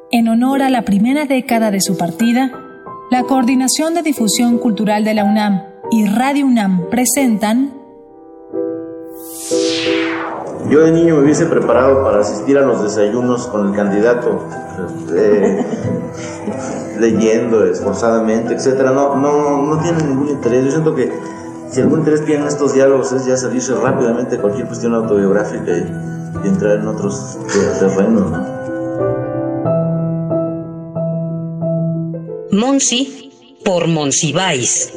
En honor a la primera década de su partida, la Coordinación de Difusión Cultural de la UNAM y Radio UNAM presentan... Yo de niño me hubiese preparado para asistir a los desayunos con el candidato, leyendo esforzadamente, etcétera. No tiene ningún interés. Yo siento que si algún interés tienen estos diálogos es ya salirse rápidamente de cualquier cuestión autobiográfica y entrar en otros terrenos, ¿no? Monsi por Monsiváis.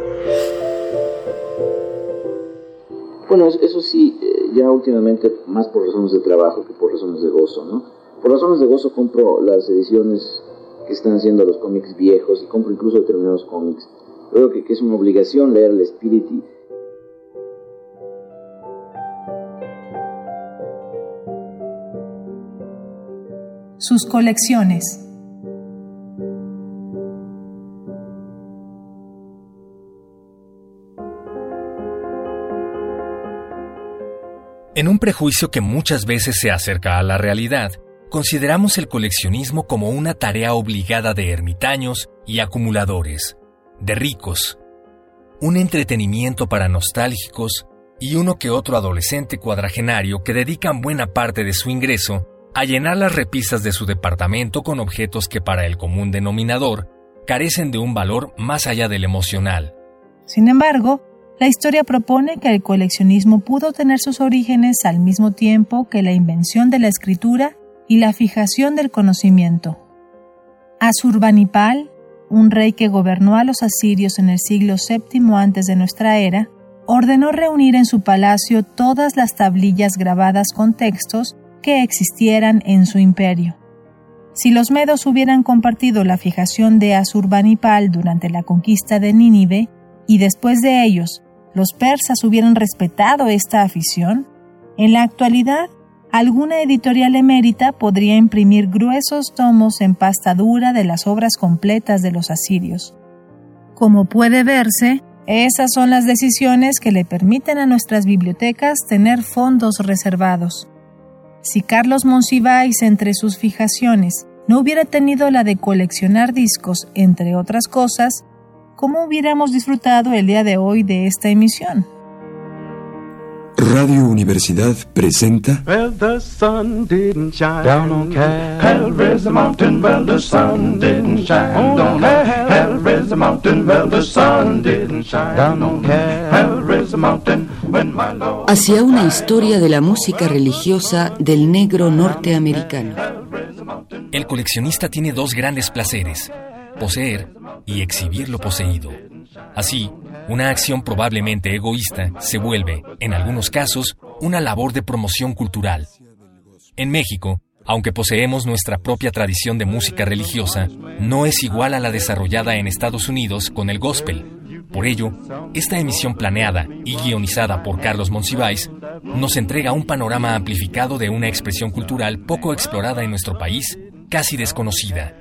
Bueno, eso sí, ya últimamente más por razones de trabajo que por razones de gozo, ¿no? Por razones de gozo compro las ediciones que están haciendo los cómics viejos y compro incluso determinados cómics. Creo que es una obligación leer el Spirit. Sus colecciones. En un prejuicio que muchas veces se acerca a la realidad, consideramos el coleccionismo como una tarea obligada de ermitaños y acumuladores, de ricos, un entretenimiento para nostálgicos y uno que otro adolescente cuadragenario que dedican buena parte de su ingreso a llenar las repisas de su departamento con objetos que para el común denominador carecen de un valor más allá del emocional. Sin embargo, la historia propone que el coleccionismo pudo tener sus orígenes al mismo tiempo que la invención de la escritura y la fijación del conocimiento. Asurbanipal, un rey que gobernó a los asirios en el siglo VII antes de nuestra era, ordenó reunir en su palacio todas las tablillas grabadas con textos que existieran en su imperio. Si los medos hubieran compartido la fijación de Asurbanipal durante la conquista de Nínive, y después de ellos los persas hubieran respetado esta afición, en la actualidad, alguna editorial emérita podría imprimir gruesos tomos en pasta dura de las obras completas de los asirios. Como puede verse, esas son las decisiones que le permiten a nuestras bibliotecas tener fondos reservados. Si Carlos Monsiváis, entre sus fijaciones, no hubiera tenido la de coleccionar discos, entre otras cosas, ¿cómo hubiéramos disfrutado el día de hoy de esta emisión? Radio Universidad presenta... Well, the sun didn't shine down on Calvary's the mountain. Well, the sun didn't shine down on Calvary's the mountain. Well, the sun didn't shine down on Calvary's the mountain. Hacia una historia de la música religiosa del negro norteamericano. El coleccionista tiene dos grandes placeres: poseer y exhibir lo poseído. Así, una acción probablemente egoísta se vuelve, en algunos casos, una labor de promoción cultural. En México, aunque poseemos nuestra propia tradición de música religiosa, no es igual a la desarrollada en Estados Unidos con el gospel. Por ello, esta emisión planeada y guionizada por Carlos Monsiváis nos entrega un panorama amplificado de una expresión cultural poco explorada en nuestro país, casi desconocida.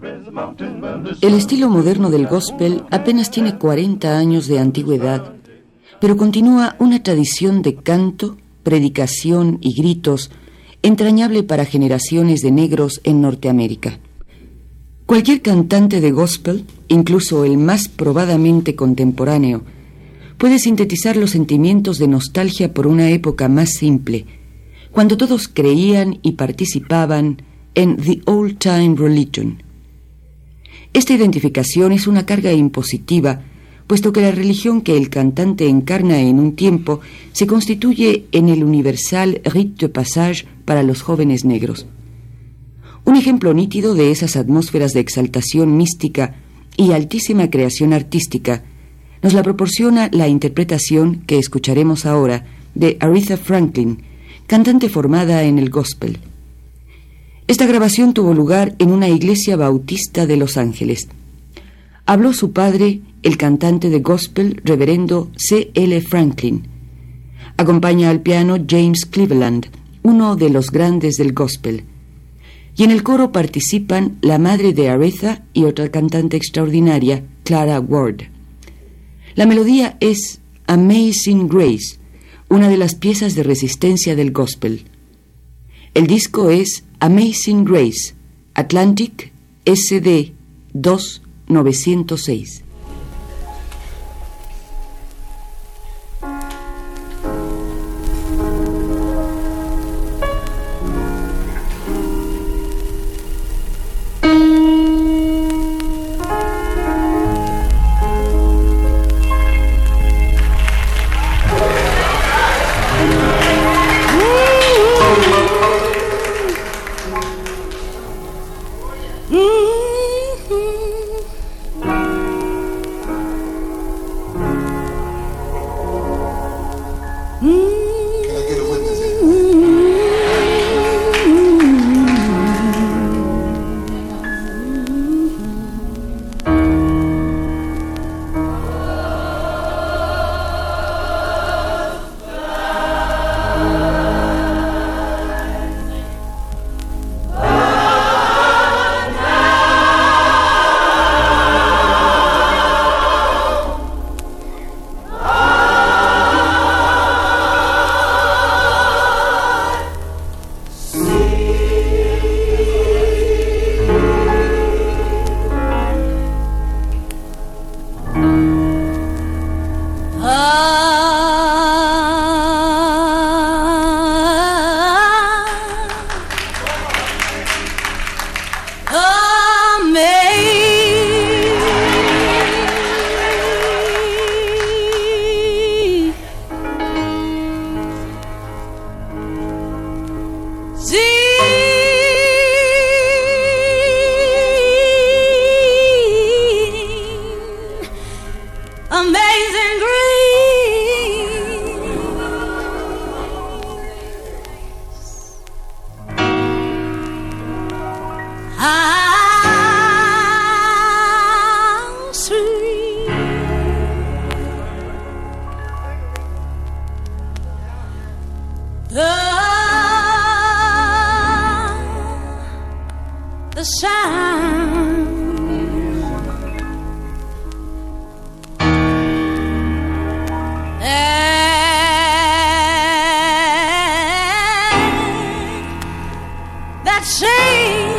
El estilo moderno del gospel apenas tiene 40 años de antigüedad, pero continúa una tradición de canto, predicación y gritos entrañable para generaciones de negros en Norteamérica. Cualquier cantante de gospel, incluso el más probadamente contemporáneo, puede sintetizar los sentimientos de nostalgia por una época más simple, cuando todos creían y participaban en The Old Time Religion. Esta identificación es una carga impositiva, puesto que la religión que el cantante encarna en un tiempo se constituye en el universal rite de passage para los jóvenes negros. Un ejemplo nítido de esas atmósferas de exaltación mística y altísima creación artística nos la proporciona la interpretación que escucharemos ahora de Aretha Franklin, cantante formada en el gospel. Esta grabación tuvo lugar en una iglesia bautista de Los Ángeles. Habló su padre, el cantante de gospel, reverendo C.L. Franklin. Acompaña al piano James Cleveland, uno de los grandes del gospel. Y en el coro participan la madre de Aretha y otra cantante extraordinaria, Clara Ward. La melodía es Amazing Grace, una de las piezas de resistencia del gospel. El disco es Amazing Grace, Atlantic SD 2906. The sound that sings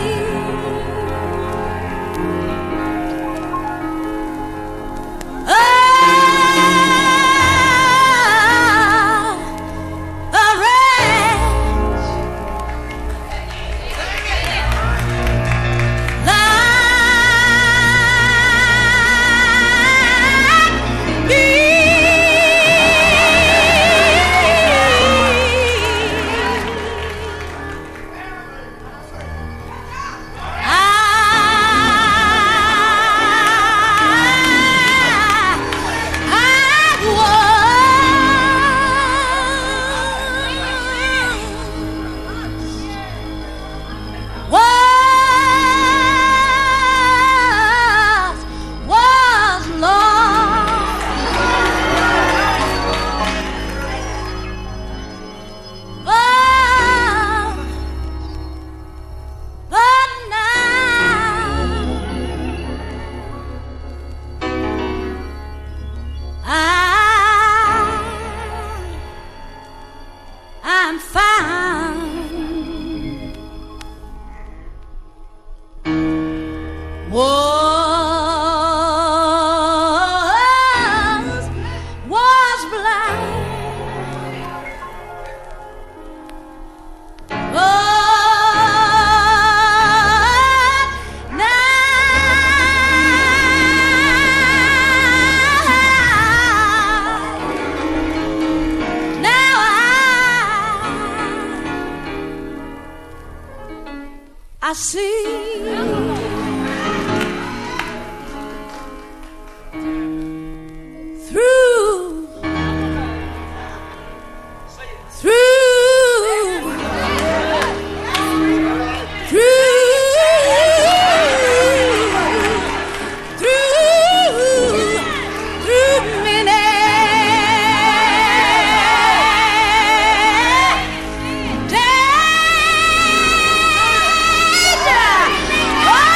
I'm found. Was blind. I see through many.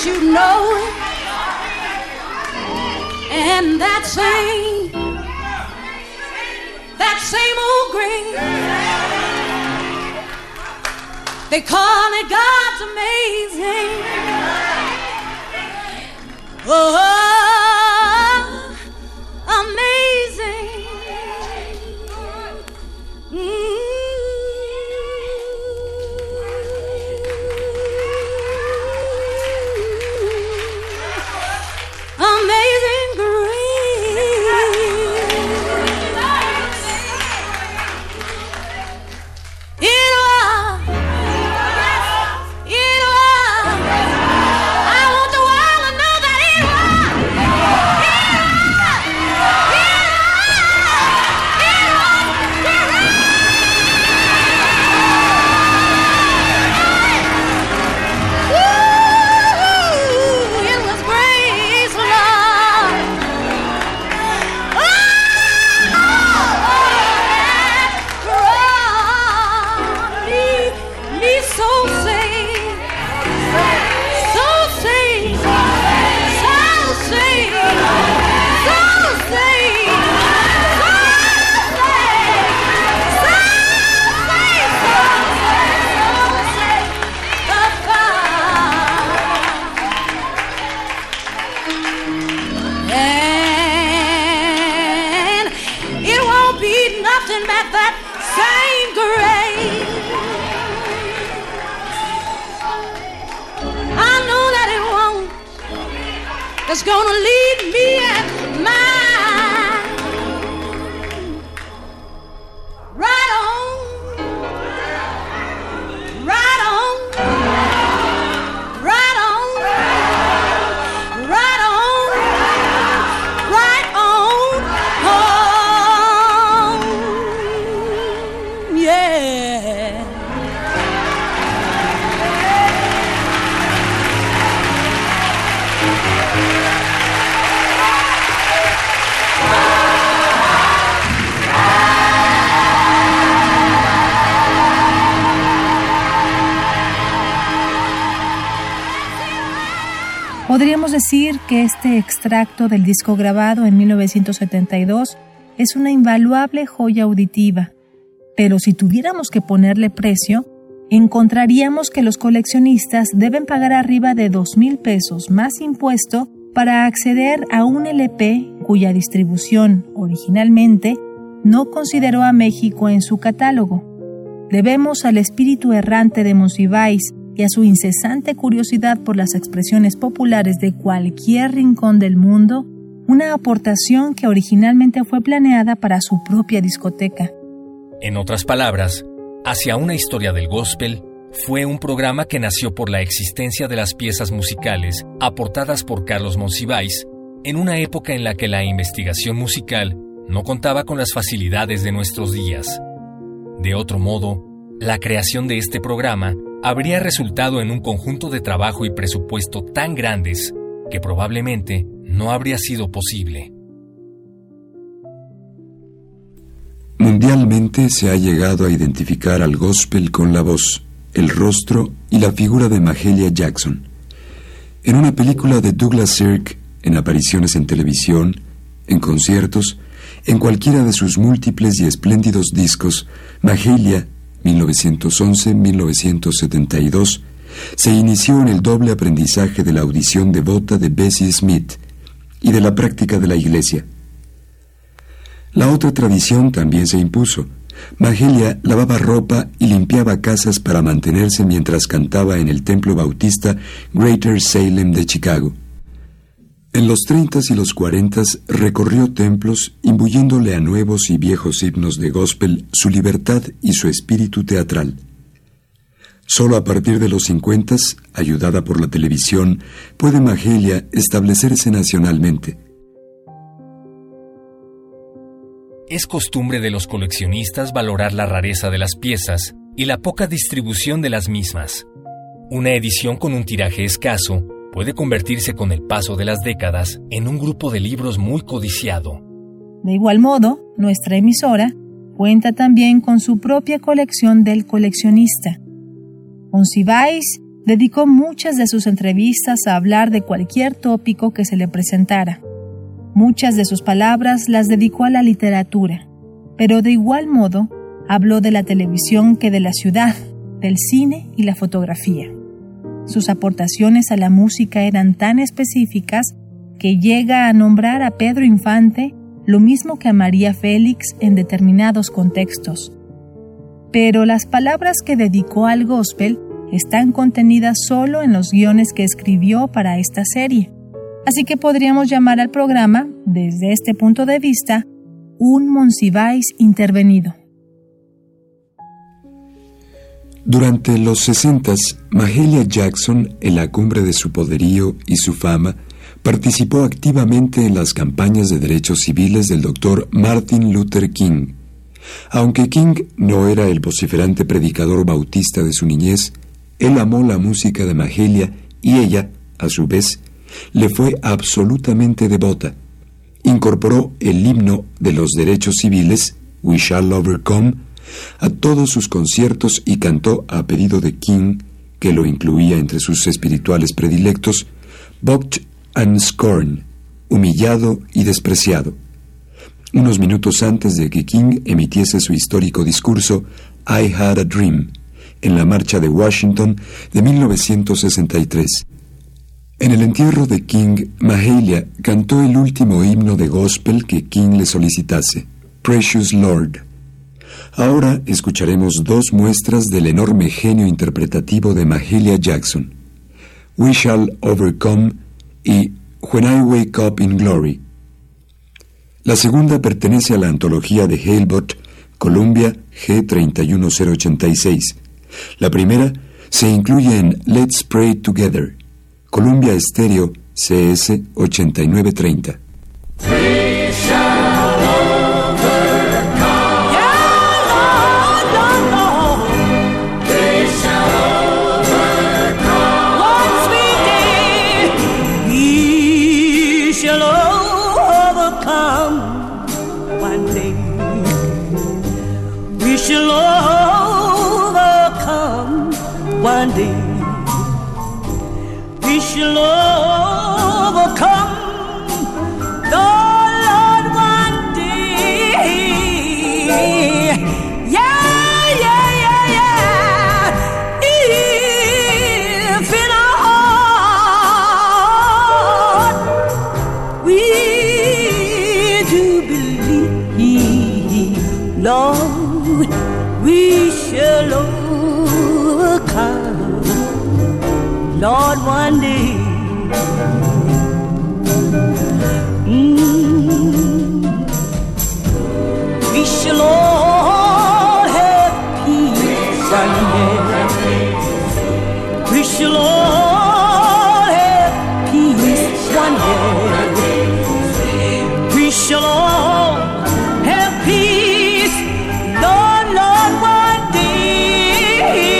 wish you'd know it. And that same old grave, they call it God's amazing. Oh, amazing. Amazing grace. It was. I want the world to know that it was. Nothing but that same grace. I know that it won't. It's gonna lead me at mine. Right on. Right on. Right on. Right on. Right on. Yeah. Podríamos decir que este extracto del disco grabado en 1972 es una invaluable joya auditiva, pero si tuviéramos que ponerle precio, encontraríamos que los coleccionistas deben pagar arriba de 2,000 pesos más impuesto para acceder a un LP cuya distribución, originalmente, no consideró a México en su catálogo. Debemos al espíritu errante de Monsiváis y a su incesante curiosidad por las expresiones populares de cualquier rincón del mundo, una aportación que originalmente fue planeada para su propia discoteca. En otras palabras, Hacia una historia del gospel fue un programa que nació por la existencia de las piezas musicales aportadas por Carlos Monsiváis en una época en la que la investigación musical no contaba con las facilidades de nuestros días. De otro modo, la creación de este programa habría resultado en un conjunto de trabajo y presupuesto tan grandes que probablemente no habría sido posible. Mundialmente se ha llegado a identificar al gospel con la voz, el rostro y la figura de Mahalia Jackson. En una película de Douglas Sirk, en apariciones en televisión, en conciertos, en cualquiera de sus múltiples y espléndidos discos, Mahalia, 1911-1972, se inició en el doble aprendizaje de la audición devota de Bessie Smith y de la práctica de la iglesia. La otra tradición también se impuso. Mahalia lavaba ropa y limpiaba casas para mantenerse mientras cantaba en el templo bautista Greater Salem de Chicago. En los 30s y los 40s recorrió templos imbuyéndole a nuevos y viejos himnos de gospel su libertad y su espíritu teatral. Solo a partir de los 50s, ayudada por la televisión, puede Mahalia establecerse nacionalmente. Es costumbre de los coleccionistas valorar la rareza de las piezas y la poca distribución de las mismas. Una edición con un tiraje escaso puede convertirse con el paso de las décadas en un grupo de libros muy codiciado. De igual modo, nuestra emisora cuenta también con su propia colección del coleccionista. Monsiváis Dedicó muchas de sus entrevistas a hablar de cualquier tópico que se le presentara. Muchas de sus palabras las dedicó a la literatura, pero de igual modo habló de la televisión que de la ciudad, del cine y la fotografía. Sus aportaciones a la música eran tan específicas que llega a nombrar a Pedro Infante lo mismo que a María Félix en determinados contextos. Pero las palabras que dedicó al gospel están contenidas solo en los guiones que escribió para esta serie. Así que podríamos llamar al programa, desde este punto de vista, un Monsiváis intervenido. Durante los 60s, Mahalia Jackson, en la cumbre de su poderío y su fama, participó activamente en las campañas de derechos civiles del Dr. Martin Luther King. Aunque King no era el vociferante predicador bautista de su niñez, él amó la música de Mahalia y ella, a su vez, le fue absolutamente devota. Incorporó el himno de los derechos civiles, We Shall Overcome, a todos sus conciertos y cantó, a pedido de King, que lo incluía entre sus espirituales predilectos, Bucked and Scorned, humillado y despreciado. Unos minutos antes de que King emitiese su histórico discurso I Had a Dream, en la marcha de Washington de 1963. En el entierro de King, Mahalia cantó el último himno de gospel que King le solicitase, Precious Lord. Ahora escucharemos dos muestras del enorme genio interpretativo de Mahalia Jackson, We Shall Overcome y When I Wake Up in Glory. La segunda pertenece a la antología de Halebot, Columbia G31086. La primera se incluye en Let's Pray Together, Columbia Estéreo CS 8930. One day we shall overcome, the Lord, one day. Yeah, yeah, yeah, yeah. If in our heart we do believe, Lord, we shall overcome, Lord, one day. We shall all have peace one day. We shall all have peace one day. We shall all have peace, Lord, Lord, one day.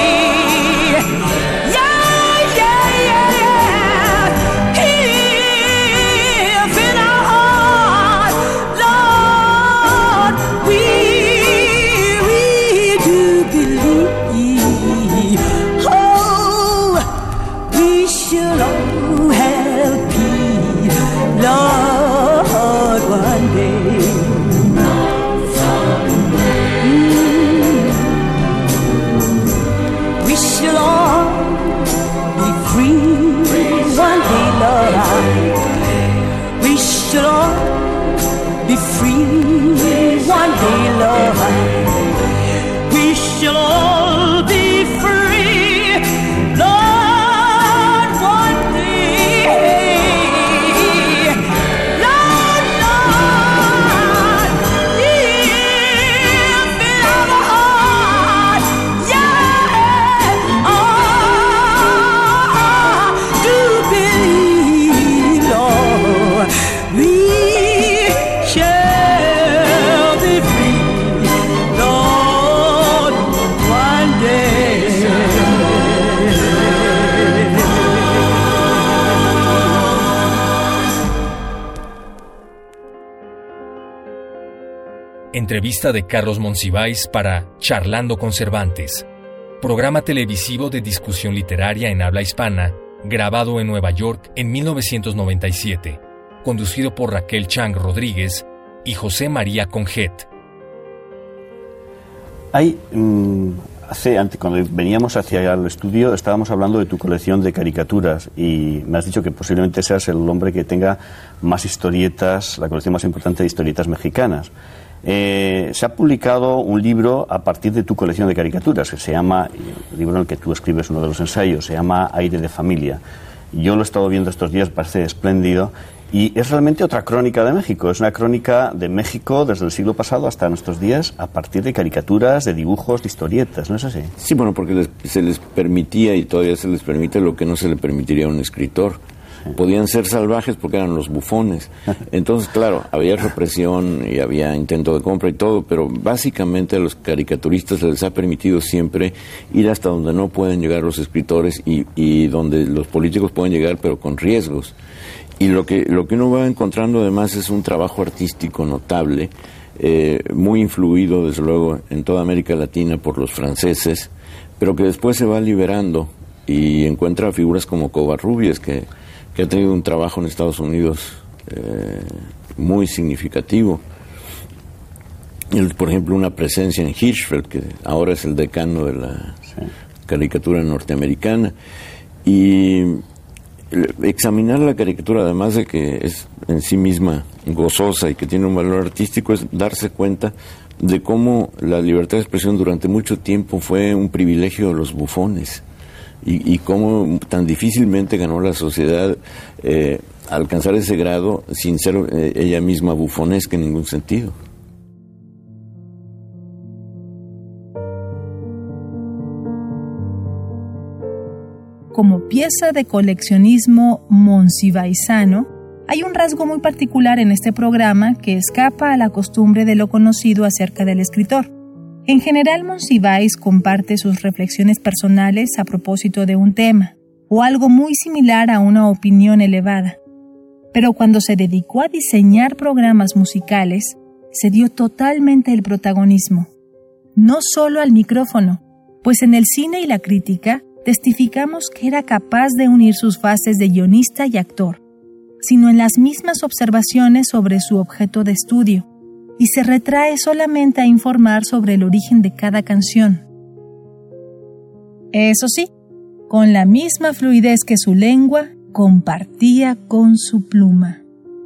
Be free one day, Lord. We shall all be free, Lord, one day. Lord, Lord, if in our heart, yeah, do believe, Lord, we shall be free, Lord, one day. Entrevista de Carlos Monsiváis para Charlando con Cervantes, programa televisivo de discusión literaria en habla hispana, grabado en Nueva York en 1997, conducido por Raquel Chang Rodríguez y José María Conjet. Cuando veníamos hacia el estudio estábamos hablando de tu colección de caricaturas y me has dicho que posiblemente seas el hombre que tenga más historietas, la colección más importante de historietas mexicanas. Se ha publicado un libro a partir de tu colección de caricaturas que se llama, el libro en el que tú escribes uno de los ensayos, se llama Aire de Familia. Yo lo he estado viendo estos días, parece espléndido. Y es realmente otra crónica de México. Es una crónica de México desde el siglo pasado hasta nuestros días a partir de caricaturas, de dibujos, de historietas, ¿no es así? Sí, bueno, porque se les permitía y todavía se les permite lo que no se le permitiría a un escritor. Sí. Podían ser salvajes porque eran los bufones. Entonces, claro, había represión y había intento de compra y todo, pero básicamente a los caricaturistas se les ha permitido siempre ir hasta donde no pueden llegar los escritores y donde los políticos pueden llegar, pero con riesgos. Y lo que uno va encontrando además es un trabajo artístico notable, muy influido desde luego en toda América Latina por los franceses, pero que después se va liberando y encuentra figuras como Covarrubias, que ha tenido un trabajo en Estados Unidos muy significativo. Por ejemplo, una presencia en Hirschfeld, que ahora es el decano de la caricatura norteamericana. Y examinar la caricatura, además de que es en sí misma gozosa y que tiene un valor artístico, es darse cuenta de cómo la libertad de expresión durante mucho tiempo fue un privilegio de los bufones y cómo tan difícilmente ganó la sociedad alcanzar ese grado sin ser ella misma bufonesca en ningún sentido. Como pieza de coleccionismo monsivaisano, hay un rasgo muy particular en este programa que escapa a la costumbre de lo conocido acerca del escritor. En general, Monsiváis comparte sus reflexiones personales a propósito de un tema, o algo muy similar a una opinión elevada. Pero cuando se dedicó a diseñar programas musicales, se dio totalmente el protagonismo. No solo al micrófono, pues en el cine y la crítica testificamos que era capaz de unir sus fases de guionista y actor, sino en las mismas observaciones sobre su objeto de estudio, y se retrae solamente a informar sobre el origen de cada canción. Eso sí, con la misma fluidez que su lengua, compartía con su pluma.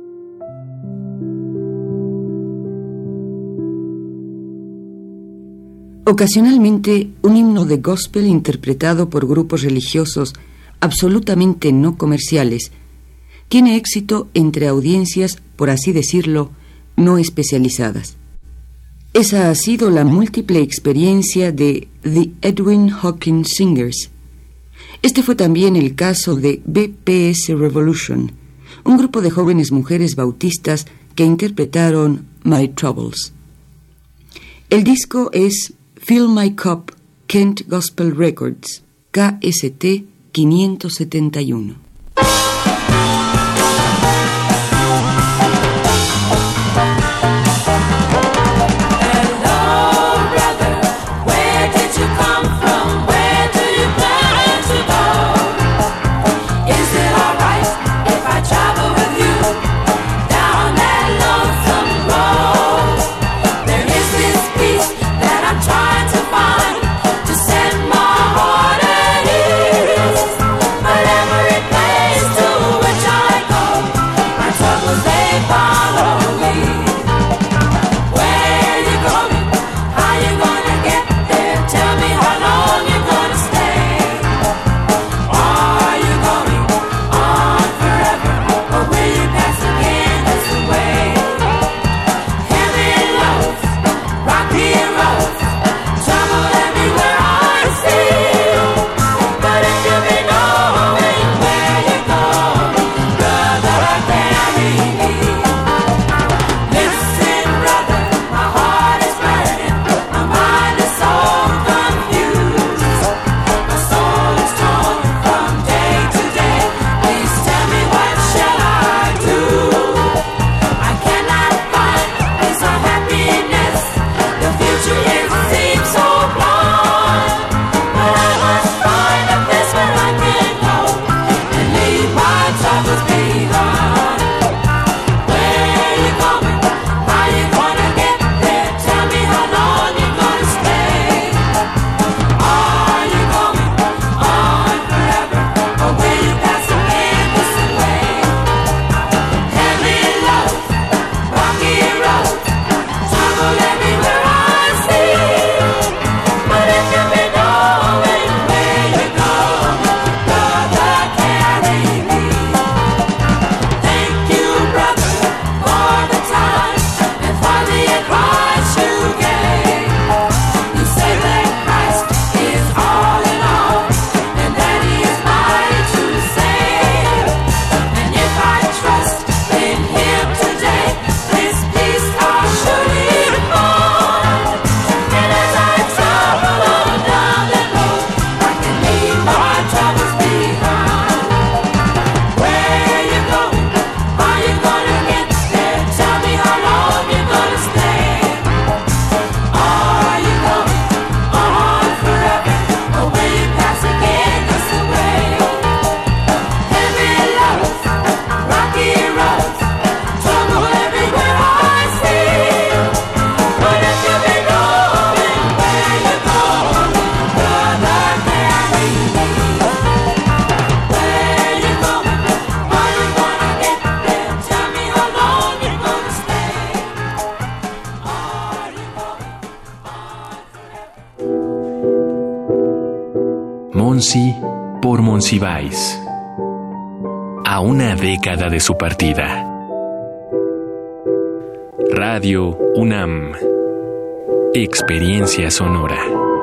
Ocasionalmente, un himno de gospel interpretado por grupos religiosos absolutamente no comerciales tiene éxito entre audiencias, por así decirlo, no especializadas. Esa ha sido la múltiple experiencia de The Edwin Hawkins Singers. Este fue también el caso de BPS Revolution, un grupo de jóvenes mujeres bautistas que interpretaron My Troubles. El disco es Fill My Cup, Kent Gospel Records, KST 571. Every Monsi por Monsiváis. A una década de su partida. Radio UNAM. Experiencia sonora.